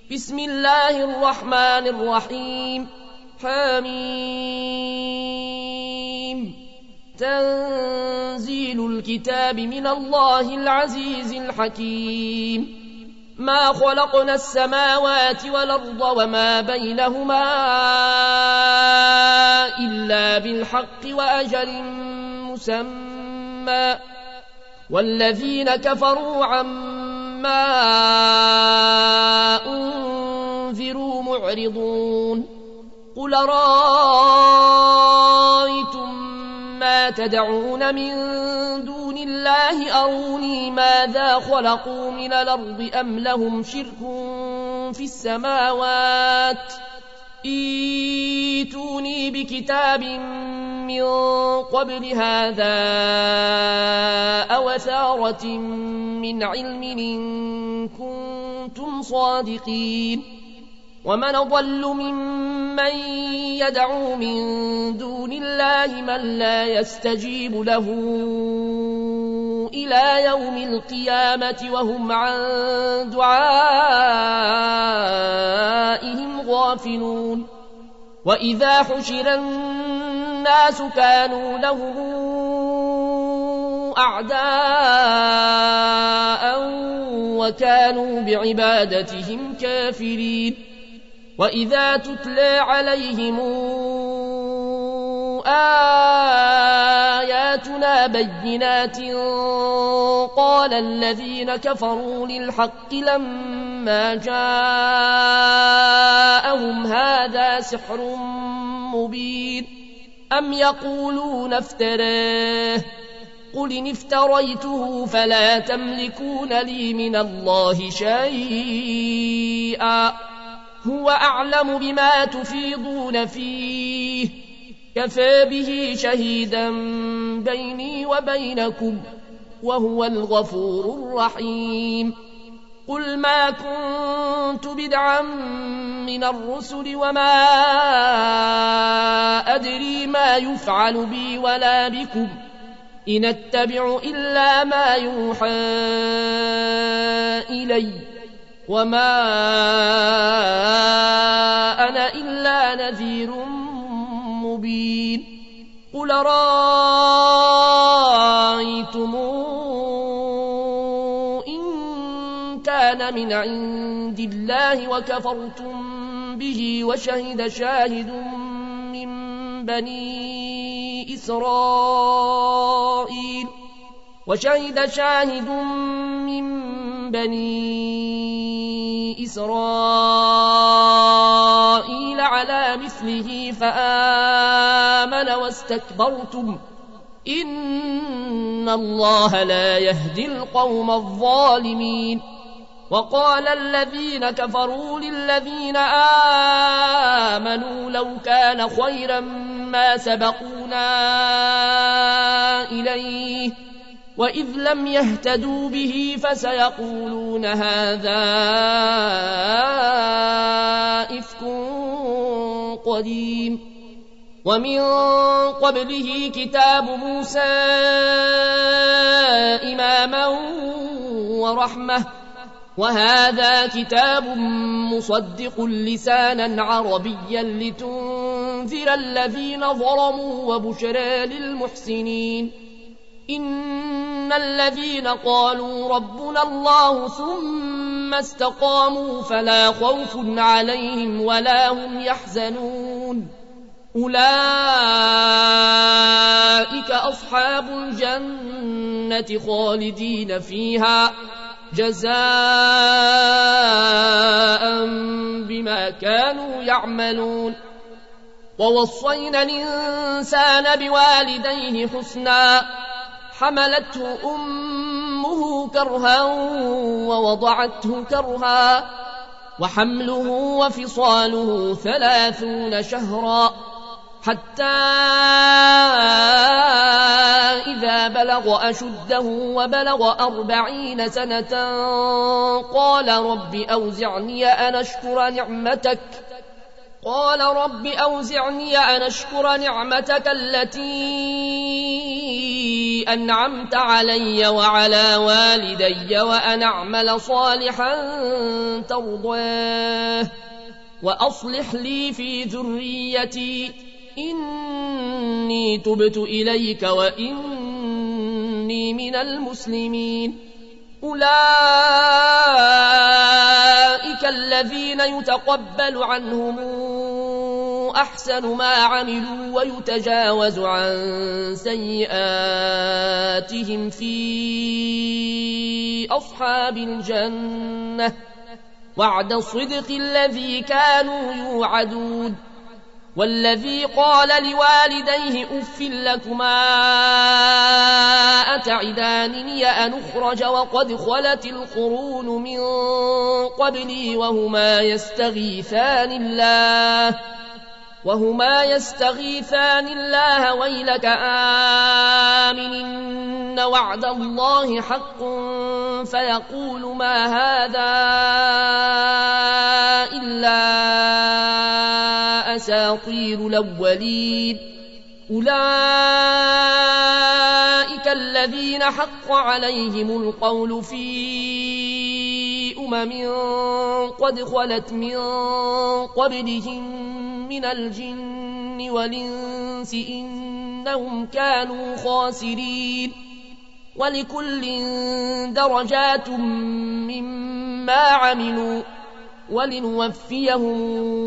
بسم الله الرحمن الرحيم حميم تنزيل الكتاب من الله العزيز الحكيم ما خلقنا السماوات والأرض وما بينهما إلا بالحق وأجل مسمى والذين كفروا عما أنذروا معرضون قل رأيتم ما تدعون من دون الله أروني ماذا خلقوا من الأرض أم لهم شرك في السماوات ائتوني بكتاب من قبل هذا أو أثارة من علم إن كنتم صادقين ومن أضل ممن يدعو من دون الله من لا يستجيب له إلى يوم القيامة وهم عن دعائهم غافلون وإذا حشر الناس كانوا لهم أعداء وكانوا بعبادتهم كافرين وإذا تتلى عليهم آياتنا بينات قال الذين كفروا للحق لما جاءهم هذا سحر مبين أم يقولون افتراه قل إن افتريته فلا تملكون لي من الله شيئا هو أعلم بما تفيضون فيه كفى به شهيدا بيني وبينكم وهو الغفور الرحيم قل ما كنت بدعا من الرسل وما أدري ما يفعل بي ولا بكم إن اتبع إلا ما يوحى إلي وما أنا إلا نذير مبين قل رأيتم إن كان من عند الله وكفرتم به وشهد شاهد من بني إسرائيل على مثله فآمن واستكبرتم إن الله لا يهدي القوم الظالمين وقال الذين كفروا للذين آمنوا لو كان خيرا ما سبقونا إليه وإذ لم يهتدوا به فسيقولون هذا إفك قديم ومن قبله كتاب موسى إماما ورحمة وهذا كتاب مصدق لسانا عربيا لتنذر الذين ظلموا وبشرى للمحسنين إن الذين قالوا ربنا الله ثم استقاموا فلا خوف عليهم ولا هم يحزنون أولئك أصحاب الجنة خالدين فيها جزاء بما كانوا يعملون ووصينا الإنسان بوالديه حسنا حملته أمه كرها ووضعته كرها وحمله وفصاله 30 شهرا حتى إذا بلغ أشده وبلغ 40 سنة قال رب أوزعني أن أشكر نعمتك التي أنعمت علي وعلى والدي وأن أعمل صالحا ترضاه وأصلح لي في ذريتي إني تبت إليك وإني من المسلمين. أولئك الذين يتقبل عنهم أحسن ما عملوا ويتجاوز عن سيئاتهم في أصحاب الجنة وعد الصدق الذي كانوا يوعدون. والذي قال لوالديه أف لكما أتعدانني أن أخرج وقد خلت القرون من قبلي وهما يستغيثان الله ويلك آمن وعد الله حق فيقول ما هذا إلا أساطير الأولين. أولئك الذين حق عليهم القول في قد خلت من قبلهم من الجن والإنس إنهم كانوا خاسرين. ولكل درجات مما عملوا ولنوفيهم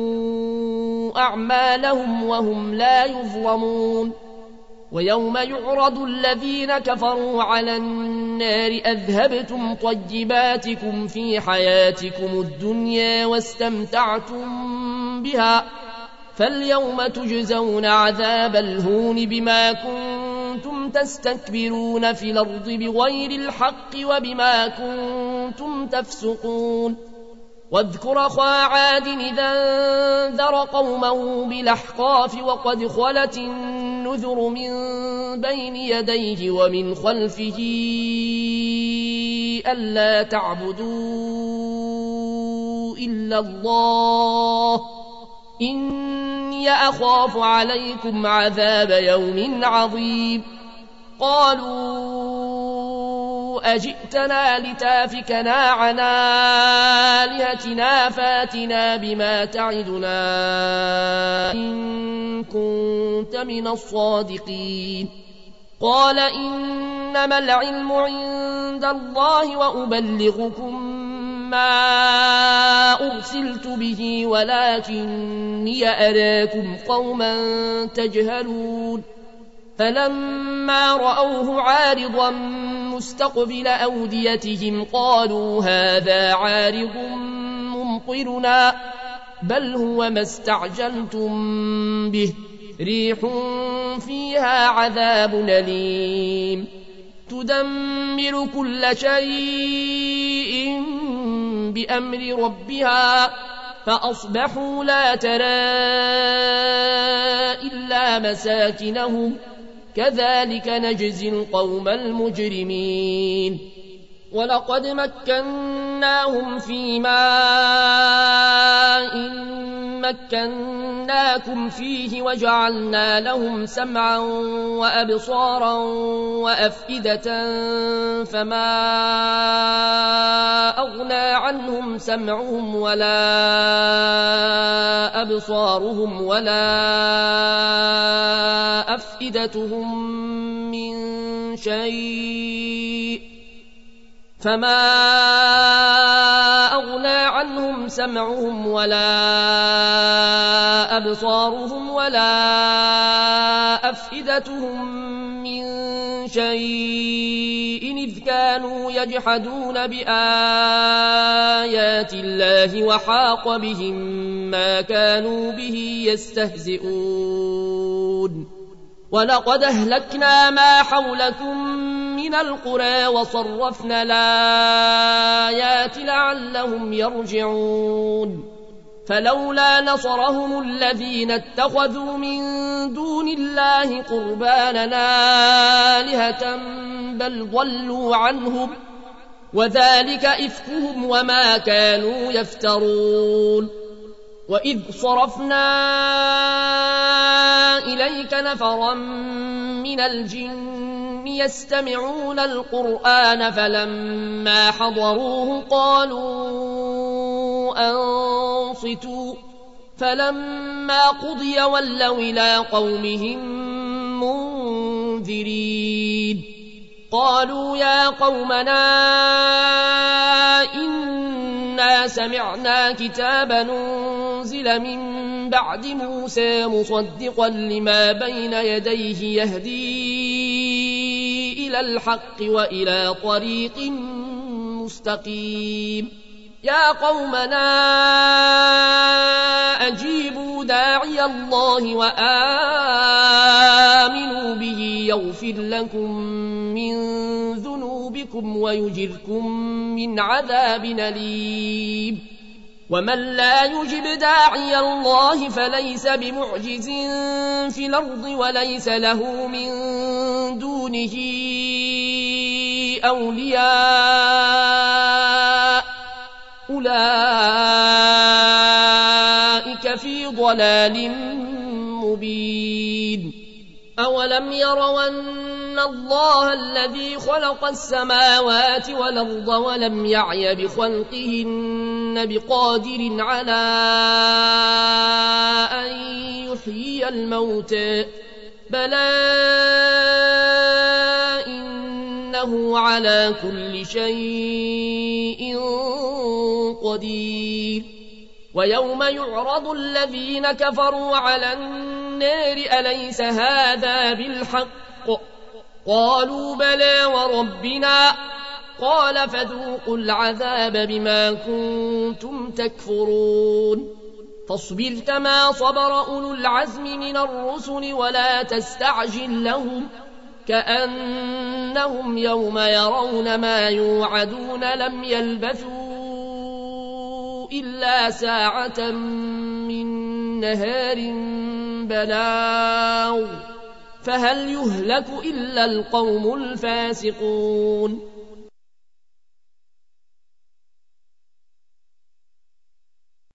أعمالهم وهم لا يظلمون. ويوم يعرض الذين كفروا على النار أذهبتم طيباتكم في حياتكم الدنيا واستمتعتم بها فاليوم تجزون عذاب الهون بما كنتم تستكبرون في الأرض بغير الحق وبما كنتم تفسقون. واذكر أخا عاد إذا انذر قومه بالأحقاف وقد خلت النذر من بين يديه ومن خلفه ألا تعبدوا إلا الله إني أخاف عليكم عذاب يوم عظيم. قالوا أجئتنا لتافكنا عن آلهتنا فاتنا بما تعدنا إن كنت من الصادقين. قال إنما العلم عند الله وأبلغكم ما أرسلت به ولكني أراكم قوما تجهلون. فلما رأوه عارضا مستقبل أوديتهم قالوا هذا عارض ممطرنا بل هو ما استعجلتم به ريح فيها عذاب أليم تدمر كل شيء بأمر ربها فأصبحوا لا ترى إلا مساكنهم كذلك نجزي القوم المجرمين. ولقد مكناهم في ماء مكناكم فيه وجعلنا لهم سمعا وأبصارا وأفئدة فما أغنى عنهم سمعهم ولا أبصارهم ولا أفئدتهم من شيء فما أغنى عنهم سمعهم ولا أبصارهم ولا أفئدتهم من شيء إذ كانوا يجحدون بآيات الله وحاق بهم ما كانوا به يستهزئون. ولقد أهلكنا ما حولكم من القرى وصرفنا الآيات لعلهم يرجعون. فلولا نصرهم الذين اتخذوا من دون الله قربانا آلهة بل ضلوا عنهم وذلك إفكهم وما كانوا يفترون. وإذ صرفنا إليك نفرا من الجن يستمعون القرآن فلما حضروه قالوا أنصتوا فلما قضي ولوا إلى قومهم منذرين قالوا يا قومنا إنا سمعنا كتابا أنزل من بعد موسى مصدقا لما بين يديه يهدي إلى الحق وإلى طريق مستقيم يا قومنا أجيبوا داعي الله وآمنوا به يغفر لكم من ذنوبكم ويجركم من عذاب أليم ومن لا يجب داعي الله فليس بمعجز في الأرض وليس له من دونه أولياء أولئك في ضلال مبين أولم يروا أن الله الذي خلق السماوات والأرض ولم يعي بخلقهن بقادر على أن يحيي الموتى بلى إنه على كل شيء قدير ويوم يعرض الذين كفروا على النار أليس هذا بالحق قالوا بلى وربنا قال فذوقوا العذاب بما كنتم تكفرون فاصبر كما صبر أولو العزم من الرسل ولا تستعجل لهم كأنهم يوم يرون ما يوعدون لم يلبثوا إلا ساعة من نهار بلاغ فهل يهلك إلا القوم الفاسقون